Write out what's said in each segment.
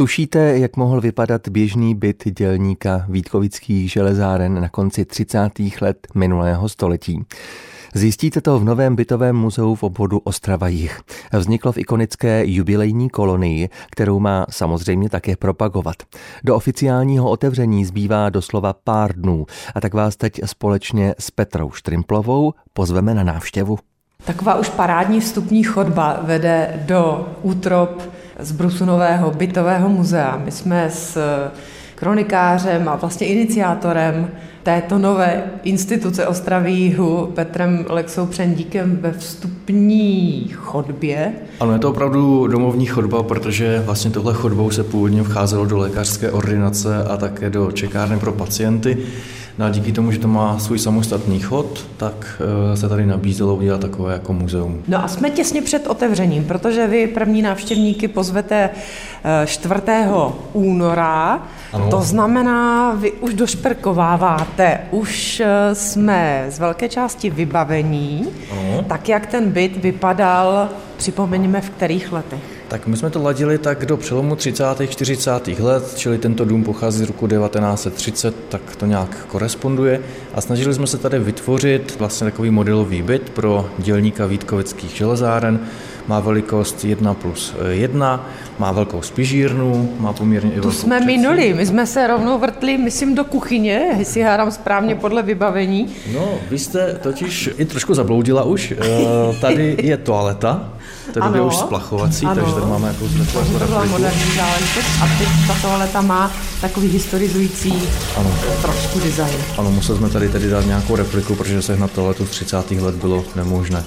Tušíte, jak mohl vypadat běžný byt dělníka Vítkovických železáren na konci 30. let minulého století? Zjistíte to v novém bytovém muzeu v obvodu Ostrava-Jih. Vzniklo v ikonické jubilejní kolonii, kterou má samozřejmě také propagovat. Do oficiálního otevření zbývá doslova pár dnů, a tak vás teď společně s Petrou Štrimplovou pozveme na návštěvu. Taková už parádní vstupní chodba vede do útrop z Brusunového bytového muzea. My jsme s kronikářem a vlastně iniciátorem této nové instituce Ostravy-Jihu Petrem Lexou Přendíkem ve vstupní chodbě. Ano, je to opravdu domovní chodba, protože vlastně tohle chodbou se původně vcházelo do lékařské ordinace a také do čekárny pro pacienty. No a díky tomu, že to má svůj samostatný chod, tak se tady nabízelo udělat takové jako muzeum. No a jsme těsně před otevřením, protože vy první návštěvníky pozvete 4. února. Ano. To znamená, vy už došperkováváte, už jsme z velké části vybavení. Ano. Tak jak ten byt vypadal, připomeňme v kterých letech? Tak my jsme to ladili tak do přelomu 30. 40. let, čili tento dům pochází z roku 1930, tak to nějak koresponduje. A snažili jsme se tady vytvořit vlastně takový modelový byt pro dělníka Vítkovických železáren. Má velikost 1+1, má velkou spižírnu, má poměrně i velkou Tu jsme minuli, my jsme se rovnou vrtli, myslím, do kuchyně, jestli hádám správně podle vybavení. No, vy jste totiž i trošku zabloudila už. Tady je toaleta, to je době už splachovací, ano. Takže tady máme jako To byla moderní záležitost a teď ta toaleta má takový historizující trošku design. Ano, museli jsme tady dát nějakou repliku, protože sehnat toaletu z 30. let bylo nemožné.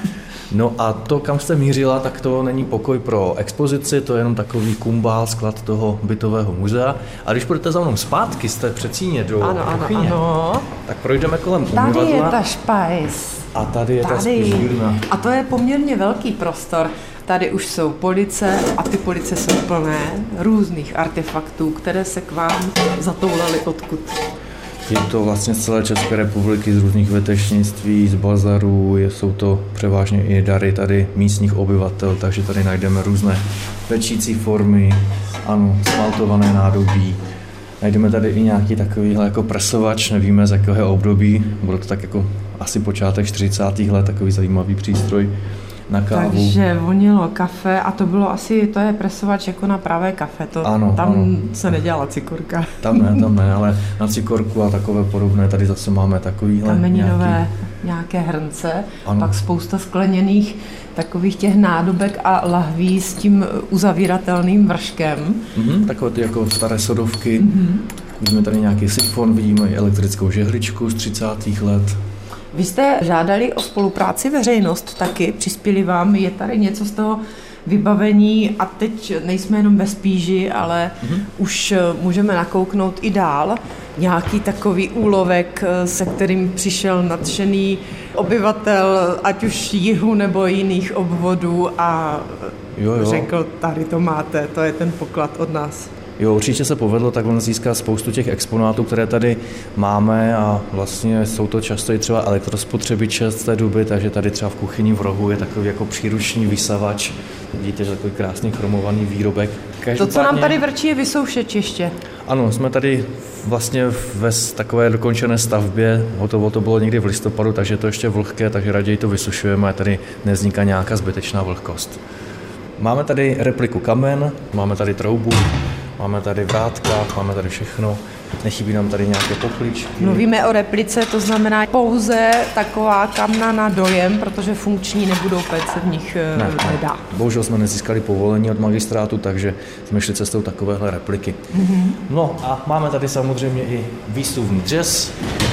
No a to, kam jste mířila, tak to není pokoj pro expozici, to je jenom takový kumbál, sklad toho bytového muzea. A když půjdete za mnou zpátky z té předsíně do kuchyně, tak projdeme kolem umyvadla. Tady je ta špajs. A tady je ta spižírna. A to je poměrně velký prostor. Tady už jsou police a ty police jsou plné různých artefaktů, které se k vám zatoulaly odkud. Je to vlastně z celé České republiky, z různých vetešnictví, z bazarů, jsou to převážně i dary tady místních obyvatel, takže tady najdeme různé pečící formy, ano, smaltované nádobí. Najdeme tady i nějaký takovýhle jako presovač, nevíme z jakého období, bylo to tak jako asi počátek 40. let, takový zajímavý přístroj na kávu. Takže vonilo kafe a to bylo asi, to je presovač jako na pravé kafe, to ano, tam ano. se nedělala cikorka. Tam ne, ale na cikorku a takové podobné, tady zase máme takovýhle kameninové nějaké hrnce, ano. Pak spousta skleněných takových těch nádobek a lahví s tím uzavíratelným vrškem. Takové ty jako staré sodovky. Vidíme tady nějaký sifon, vidíme i elektrickou žehličku z 30. let. Vy jste žádali o spolupráci veřejnost taky, přispěli vám, je tady něco z toho vybavení a teď nejsme jenom ve spíži, ale už můžeme nakouknout i dál. Nějaký takový úlovek, se kterým přišel nadšený obyvatel, ať už Jihu nebo jiných obvodů a řekl, tady to máte, to je ten poklad od nás. Jo, určitě se povedlo takhle získat spoustu těch exponátů, které tady máme a vlastně jsou to často i třeba elektrospotřebiče z té doby, takže tady třeba v kuchyni v rohu je takový jako příruční vysavač. Vidíte, že takový krásný chromovaný výrobek. To, co nám tady vrčí, je vysoušeč ještě. Ano, jsme tady vlastně ve takové dokončené stavbě, hotovo to bylo někdy v listopadu, takže je to ještě vlhké, takže raději to vysušujeme a tady nevzniká nějaká zbytečná vlhkost. Máme tady repliku kamen, máme tady troubu, máme tady vrátka, máme tady všechno. Nechybí nám tady nějaké poklíčky. Mluvíme o replice, to znamená pouze taková kamna na dojem, protože funkční nebudou, péct se v nich nedá. Bohužel jsme nezískali povolení od magistrátu, takže jsme šli cestou takovéhle repliky. No a máme tady samozřejmě i výstuvní dřez.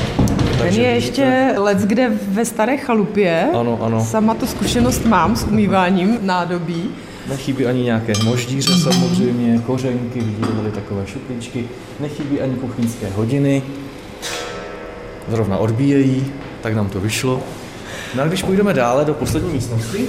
Ten je ještě leckde ve staré chalupě. Ano. Sama tu zkušenost mám s umýváním nádobí. Nechybí ani nějaké hmoždíře samozřejmě, kořenky, vidíte tady takové šuplíčky. Nechybí ani kuchyňské hodiny. Zrovna odbíjejí, tak nám to vyšlo. No a když půjdeme dále do poslední místnosti,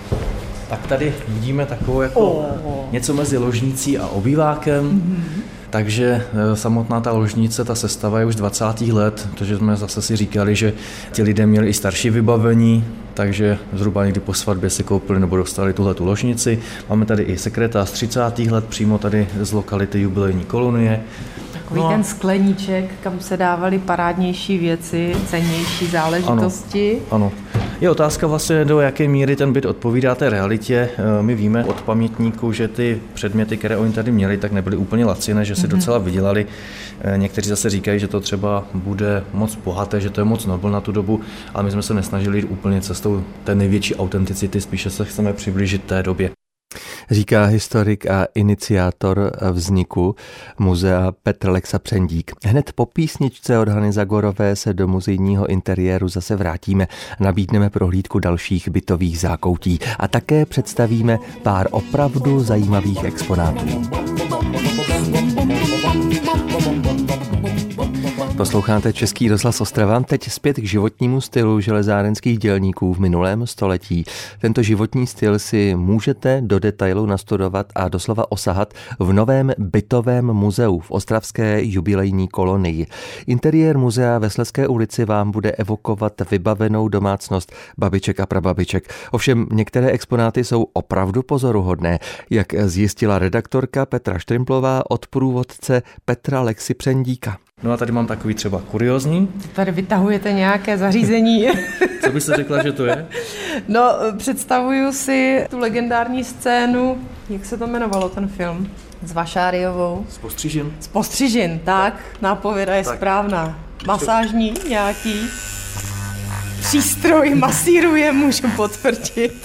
tak tady vidíme takové jako něco mezi ložnicí a obývákem. Takže samotná ta ložnice, ta sestava je už 20. let, protože jsme zase si říkali, že ti lidé měli i starší vybavení, takže zhruba někdy po svatbě si koupili nebo dostali tuhletu ložnici. Máme tady i sekretář z 30. let, přímo tady z lokality jubilejní kolonie. Takový ten skleníček, kam se dávaly parádnější věci, cennější záležitosti. Ano. Je otázka vlastně, do jaké míry ten byt odpovídá té realitě. My víme od pamětníků, že ty předměty, které oni tady měli, tak nebyly úplně laciné, že si docela vydělali. Někteří zase říkají, že to třeba bude moc bohaté, že to je moc nobl na tu dobu, ale my jsme se nesnažili jít úplně cestou té největší autenticity, spíše se chceme přiblížit té době. Říká historik a iniciátor vzniku muzea Petr Lexa Přendík. Hned po písničce od Hany Zagorové se do muzejního interiéru zase vrátíme. Nabídneme prohlídku dalších bytových zákoutí a také představíme pár opravdu zajímavých exponátů. Posloucháte Český rozhlas Ostrava, teď zpět k životnímu stylu železárenských dělníků v minulém století. Tento životní styl si můžete do detailu nastudovat a doslova osahat v novém bytovém muzeu v ostravské jubilejní kolonii. Interiér muzea ve Slezské ulici vám bude evokovat vybavenou domácnost babiček a prababiček. Ovšem některé exponáty jsou opravdu pozoruhodné, jak zjistila redaktorka Petra Štrimplová od průvodce Petra Lexy Přendíka. No a tady mám takový třeba kuriózní. Tady vytahujete nějaké zařízení. Co byste řekla, že to je? No, představuju si tu legendární scénu, jak se to jmenovalo ten film? S Vašáriovou. Z Postřižin. Z Postřižin, tak. Nápověda je správná. Masážní nějaký přístroj masíruje, můžu potvrdit.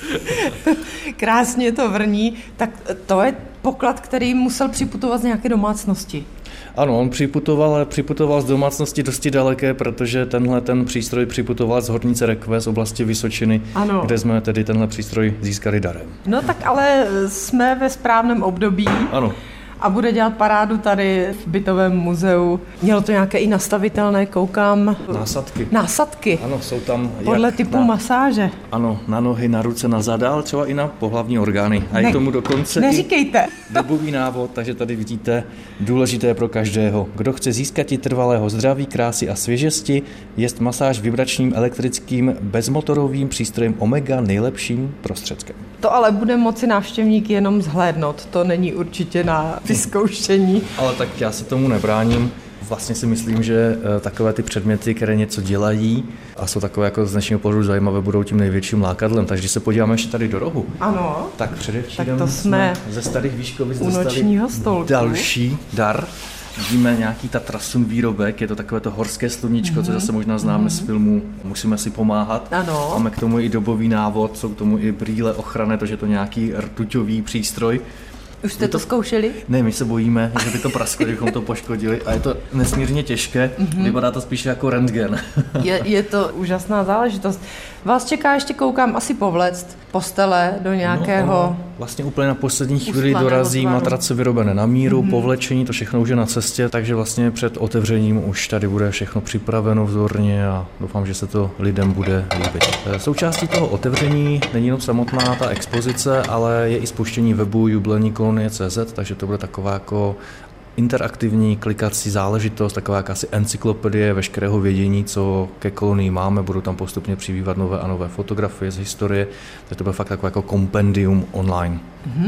Krásně to vrní. Tak to je poklad, který musel připutovat z nějaké domácnosti. Ano, on připutoval z domácnosti dosti daleké, protože ten přístroj připutoval z Hornice Rekve z oblasti Vysočiny, ano, kde jsme tedy tenhle přístroj získali darem. No tak ale jsme ve správném období. Ano. A bude dělat parádu tady v bytovém muzeu. Mělo to nějaké i nastavitelné, koukám. Násadky. Ano, jsou tam podle typu masáže. Ano, na nohy, na ruce, na zada, ale třeba i na pohlavní orgány. A je tomu dokonce neříkejte. I dobový návod, takže tady vidíte důležité pro každého. Kdo chce získat trvalého zdraví, krásy a svěžesti, jest masáž vibračním elektrickým bezmotorovým přístrojem Omega nejlepším prostředkem. To ale bude moci návštěvník jenom zhlédnout, to není určitě na vyzkoušení. Ale tak já se tomu nebráním. Vlastně si myslím, že takové ty předměty, které něco dělají a jsou takové jako z dnešního pohledu zajímavé, budou tím největším lákadlem. Takže když se podíváme ještě tady do rohu, ano, tak především tak to jsme ze starých Výškovic dostali další dar. Vidíme nějaký Tatrasun výrobek, je to takové to horské sluníčko, co zase možná známe z filmu Musíme si pomáhat. Ano. Máme k tomu i dobový návod, jsou k tomu i brýle ochranné, takže je to nějaký rtuťový přístroj. Už jste to zkoušeli? Ne, my se bojíme, že by to prasklo, kdybychom to poškodili a je to nesmírně těžké, vypadá to spíše jako rentgen. Je to úžasná záležitost. Vás čeká ještě, koukám, asi povlect postele do nějakého... No, vlastně úplně na poslední chvíli dorazí matrace vyrobené na míru, povlečení, to všechno už je na cestě, takže vlastně před otevřením už tady bude všechno připraveno vzorně a doufám, že se to lidem bude líbit. Součástí toho otevření není jenom samotná ta expozice, ale je i spuštění webu jubilejní kolonie.cz, takže to bude taková jako interaktivní klikací záležitost, taková jakási encyklopedie veškerého vědění, co ke kolonii máme, budou tam postupně přibývat nové a nové fotografie z historie, takže to bude fakt takové jako kompendium online.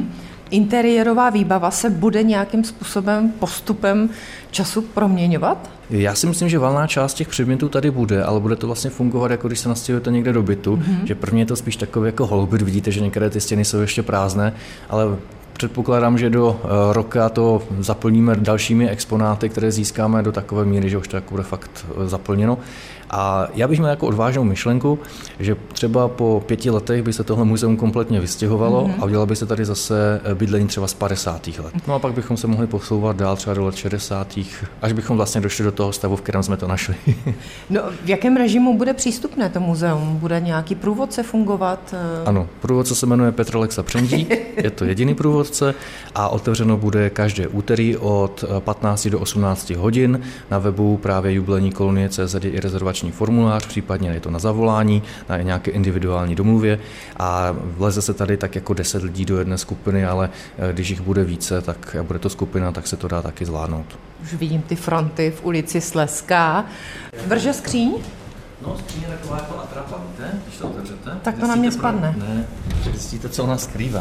Interiérová výbava se bude nějakým způsobem postupem času proměňovat? Já si myslím, že valná část těch předmětů tady bude, ale bude to vlastně fungovat, jako když se nastěhujete někde do bytu, že prvně je to spíš takový jako holobyt, vidíte, že některé ty stěny jsou ještě prázdné, ale předpokládám, že do roka to zaplníme dalšími exponáty, které získáme do takové míry, že už to jako bude fakt zaplněno. A já bych měl jako odvážnou myšlenku, že třeba po 5 letech by se tohle muzeum kompletně vystěhovalo a udělalo by se tady zase bydlení třeba z 50. let. No a pak bychom se mohli posouvat dál třeba do let 60. až bychom vlastně došli do toho stavu, v kterém jsme to našli. No, v jakém režimu bude přístupné to muzeum? Bude nějaký průvodce fungovat? Ano, průvodce se jmenuje Petr Lexa Přendík, je to jediný průvodce. Provozce a otevřeno bude každé úterý od 15 do 18 hodin. Na webu právě jubilejní kolonie.cz je i rezervační formulář, případně je to na zavolání, na nějaké individuální domluvě a vleze se tady tak jako 10 lidí do jedné skupiny, ale když jich bude více, tak bude to skupina, tak se to dá taky zvládnout. Už vidím ty fronty v ulici Slezská. Vrže skříň? No, skříň je taková jako atrapa, víte? Když to otevřete. Tak to na mě spadne. Ne, zjistíte, co ona skrývá.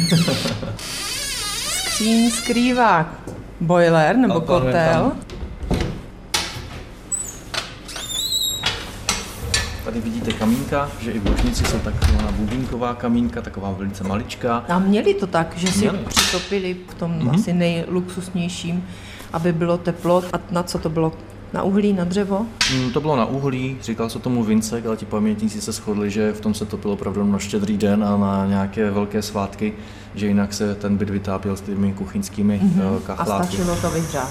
Skříň skrývá boiler nebo kotel. Tady vidíte kamínka, že i v ložnici jsou taková bubínková kamínka, taková velice maličká. A měli to tak, že si přitopili v tom asi nejluxusnějším, aby bylo teplo. A na co to bylo? Na uhlí, na dřevo? To bylo na uhlí, říkal se tomu vincek, ale ti pamětníci se shodli, že v tom se topilo opravdu na Štědrý den a na nějaké velké svátky, že jinak se ten byt vytápěl s těmi kuchyňskými kachláky. A stačilo to vyhřát.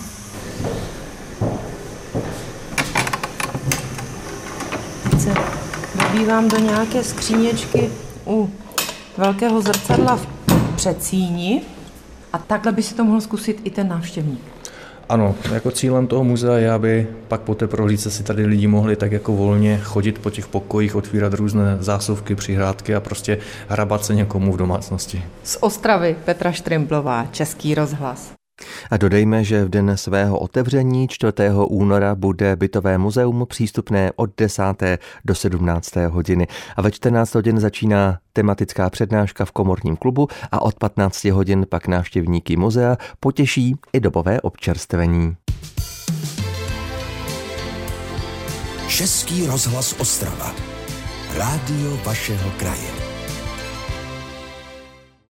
Teď se dobývám do nějaké skříněčky u velkého zrcadla v předsíni a takhle by si to mohl zkusit i ten návštěvník. Ano, jako cílem toho muzea je, aby pak po té prohlídce si tady lidi mohli tak jako volně chodit po těch pokojích, otvírat různé zásuvky, přihrádky a prostě hrabat se někomu v domácnosti. Z Ostravy Petra Štrimblová, Český rozhlas. A dodejme, že v den svého otevření 4. února bude bytové muzeum přístupné od 10. do 17. hodiny. A ve 14 hodin začíná tematická přednáška v Komorním klubu a od 15 hodin pak návštěvníky muzea potěší i dobové občerstvení. Český rozhlas Ostrava. Rádio vašeho kraje.